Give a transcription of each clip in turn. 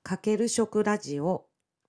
かける食ラジオ。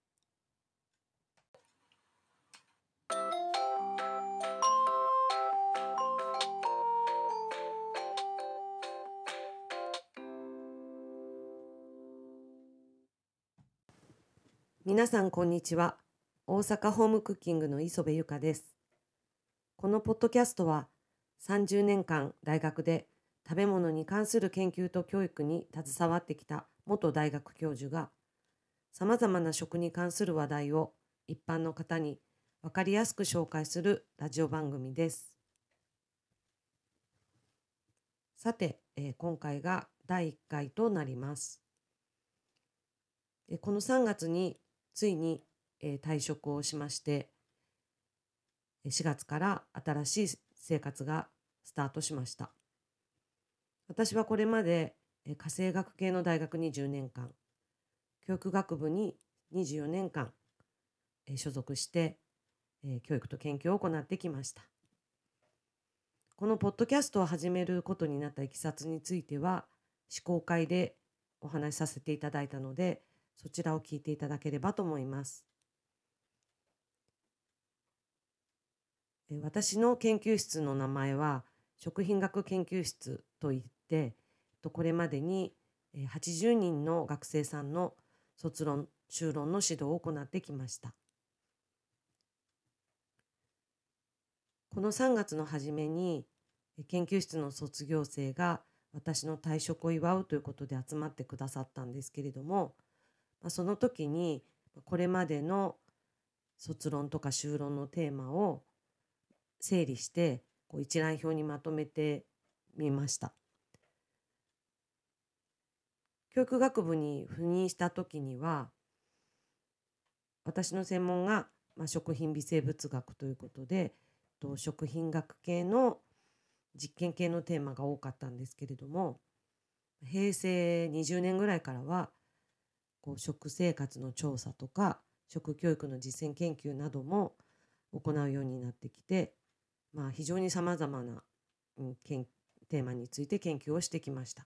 皆さんこんにちは。大阪ホームクッキングの磯部ゆかです。このポッドキャストは30年間大学で食べ物に関する研究と教育に携わってきた元大学教授がさまざまな食に関する話題を一般の方に分かりやすく紹介するラジオ番組です。さて、今回が第1回となります。この3月についに、退職をしまして、4月から新しい生活がスタートしました。私はこれまで家政学系の大学に10年間、教育学部に24年間所属して、教育と研究を行ってきました。このポッドキャストを始めることになったいきさつについては、試講会でお話しさせていただいたので、そちらを聞いていただければと思います。私の研究室の名前は食品学研究室といって、これまでに80人の学生さんの卒論、修論の指導を行ってきました。この3月の初めに研究室の卒業生が私の退職を祝うということで集まってくださったんですけれども、その時にこれまでの卒論とか修論のテーマを整理して一覧表にまとめてみました。教育学部に赴任した時には、私の専門が、食品微生物学ということで、食品学系の実験系のテーマが多かったんですけれども、平成20年ぐらいからは食生活の調査とか食教育の実践研究なども行うようになってきて、非常にさまざまな、テーマについて研究をしてきました。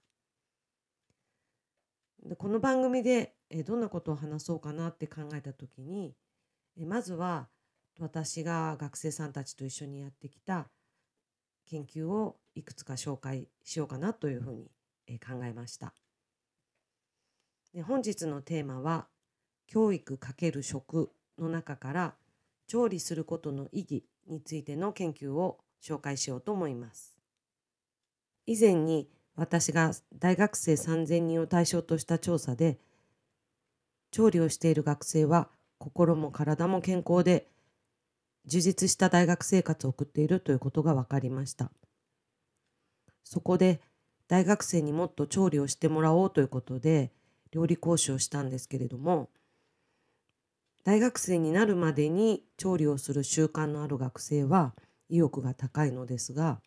でこの番組でどんなことを話そうかなって考えた時に、まずは私が学生さんたちと一緒にやってきた研究をいくつか紹介しようかなというふうに考えました。で本日のテーマは教育×食の中から調理することの意義についての研究を紹介しようと思います。以前に私が大学生3000人を対象とした調査で、調理をしている学生は心も体も健康で充実した大学生活を送っているということが分かりました。そこで大学生にもっと調理をしてもらおうということで料理講師をしたんですけれども、大学生になるまでに調理をする習慣のある学生は意欲が高いのですが、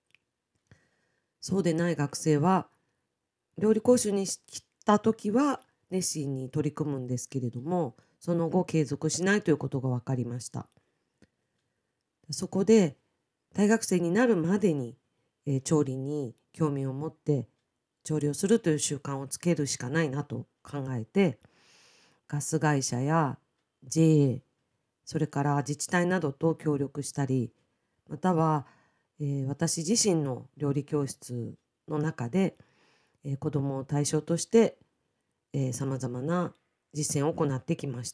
そうでない学生は料理講師にした時は熱心に取り組むんですけれども、その後継続しないということが分かりました。そこで大学生になるまでに、調理に興味を持って調理をするという習慣をつけるしかないなと考えて、ガス会社や JA、 それから自治体などと協力したり、または、私自身の料理教室の中で、子どもを対象としてさまざまな実践を行ってきました。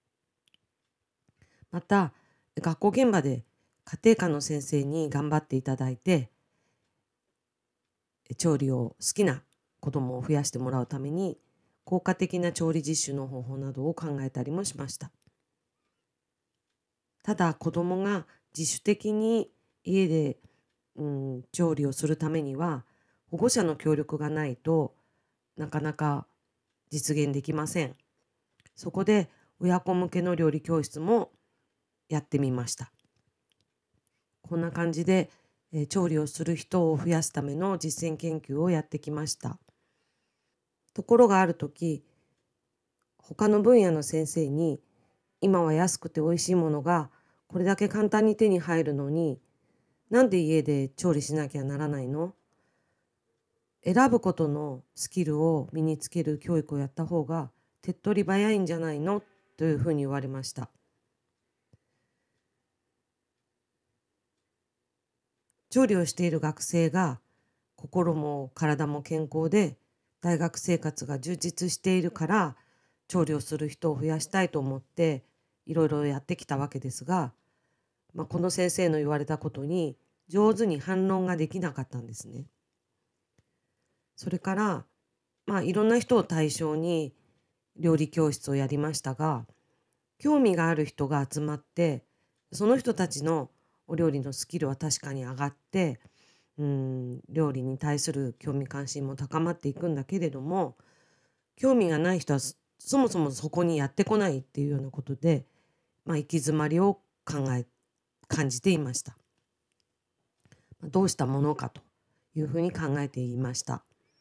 また学校現場で家庭科の先生に頑張っていただいて、調理を好きな子どもを増やしてもらうために効果的な調理実習の方法などを考えたりもしました。ただ子どもが自主的に家で、調理をするためには保護者の協力がないとなかなか実現できません。そこで親子向けの料理教室もやってみました。こんな感じで、調理をする人を増やすための実践研究をやってきました。ところがある時、他の分野の先生に今は安くて美味しいものがこれだけ簡単に手に入るのに、なんで家で調理しなきゃならないの？選ぶことのスキルを身につける教育をやった方が手っ取り早いんじゃないのというふうに言われました。調理をしている学生が心も体も健康で大学生活が充実しているから調理をする人を増やしたいと思っていろいろやってきたわけですが、この先生の言われたことに上手に反論ができなかったんですね。それから、いろんな人を対象に料理教室をやりましたが、興味がある人が集まって、その人たちのお料理のスキルは確かに上がって、料理に対する興味関心も高まっていくんだけれども、興味がない人はそもそもそこにやってこないっていうようなことで、行き詰まりを感じていました。どうしたものかというふうに考えていました。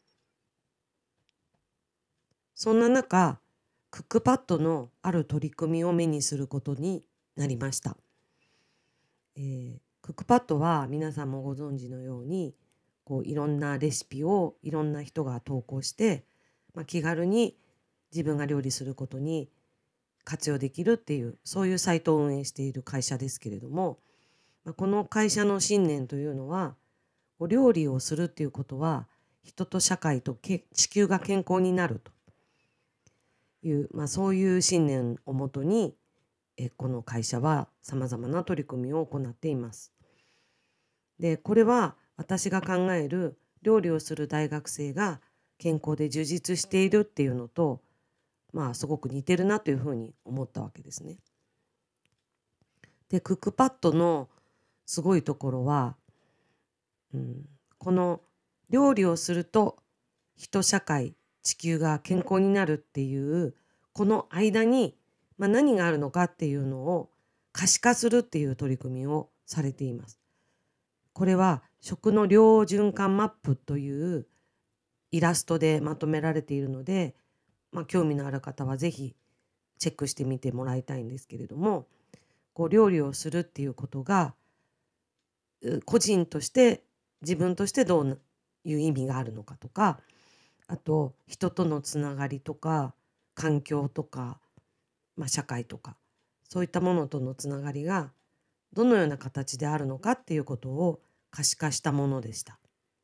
そんな中、クックパッドのある取り組みを目にすることになりました。クックパッドは皆さんもご存知のようにいろんなレシピをいろんな人が投稿して、気軽に自分が料理することに活用できるっていうそういうサイトを運営している会社ですけれども、この会社の信念というのはお料理をするっていうことは人と社会と地球が健康になるという、そういう信念をもとにこの会社はさまざまな取り組みを行っています。で、これは私が考える料理をする大学生が健康で充実しているっていうのと、すごく似てるなというふうに思ったわけですね。で、クックパッドのすごいところは、この料理をすると人社会地球が健康になるっていうこの間に、何があるのかっていうのを可視化するっていう取り組みをされています。これは食の量循環マップというイラストでまとめられているので、興味のある方はぜひチェックしてみてもらいたいんですけれども、料理をするっていうことが個人として自分としてどういう意味があるのかとか、あと人とのつながりとか環境とか、社会とかそういったものとのつながりがどのような形であるのかっていうことを可視化したものでした。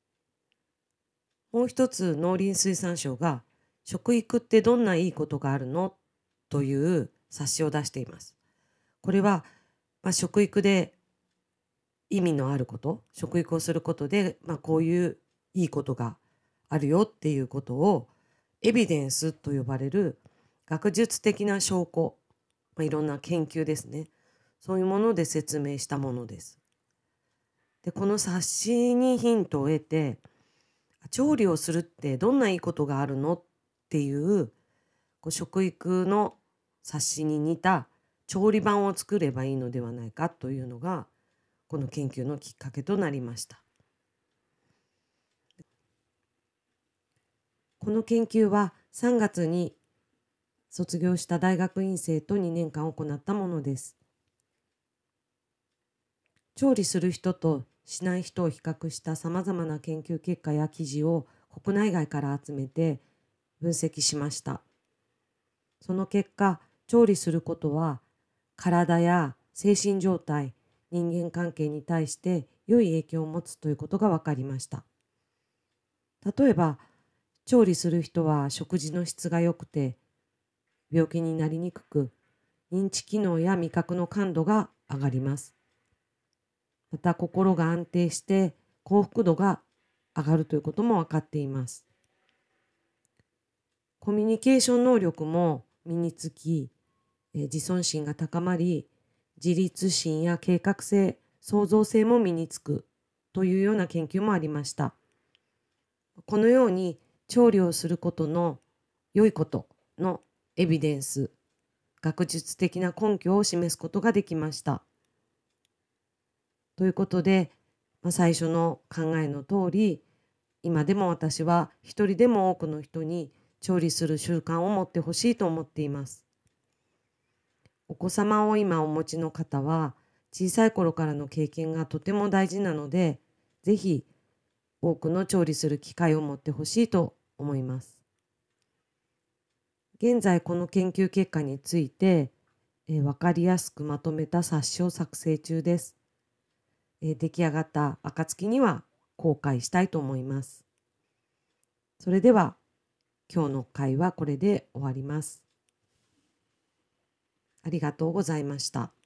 もう一つ農林水産省が食育ってどんないいことがあるのという冊子を出しています。これは、食育で意味のあること、食育をすることで、こういういいことがあるよっていうことをエビデンスと呼ばれる学術的な証拠、いろんな研究ですね。そういうもので説明したものです。で、この冊子にヒントを得て、調理をするってどんないいことがあるのっていう食育の冊子に似た調理版を作ればいいのではないかというのがこの研究のきっかけとなりました。この研究は3月に卒業した大学院生と2年間行ったものです。調理する人としない人を比較したさまざまな研究結果や記事を国内外から集めて分析しました。その結果、調理することは体や精神状態、人間関係に対して良い影響を持つということが分かりました。例えば、調理する人は食事の質が良くて病気になりにくく、認知機能や味覚の感度が上がります。また心が安定して幸福度が上がるということも分かっています。コミュニケーション能力も身につき、自尊心が高まり、自立心や計画性、創造性も身につくというような研究もありました。このように調理をすることの良いことのエビデンス、学術的な根拠を示すことができました。ということで、最初の考えの通り、今でも私は一人でも多くの人に調理する習慣を持ってほしいと思っています。お子様を今お持ちの方は、小さい頃からの経験がとても大事なので、ぜひ多くの調理する機会を持ってほしいと思います。 現在この研究結果について、分かりやすくまとめた冊子を作成中です。出来上がった暁には公開したいと思います。それでは今日の会はこれで終わります。ありがとうございました。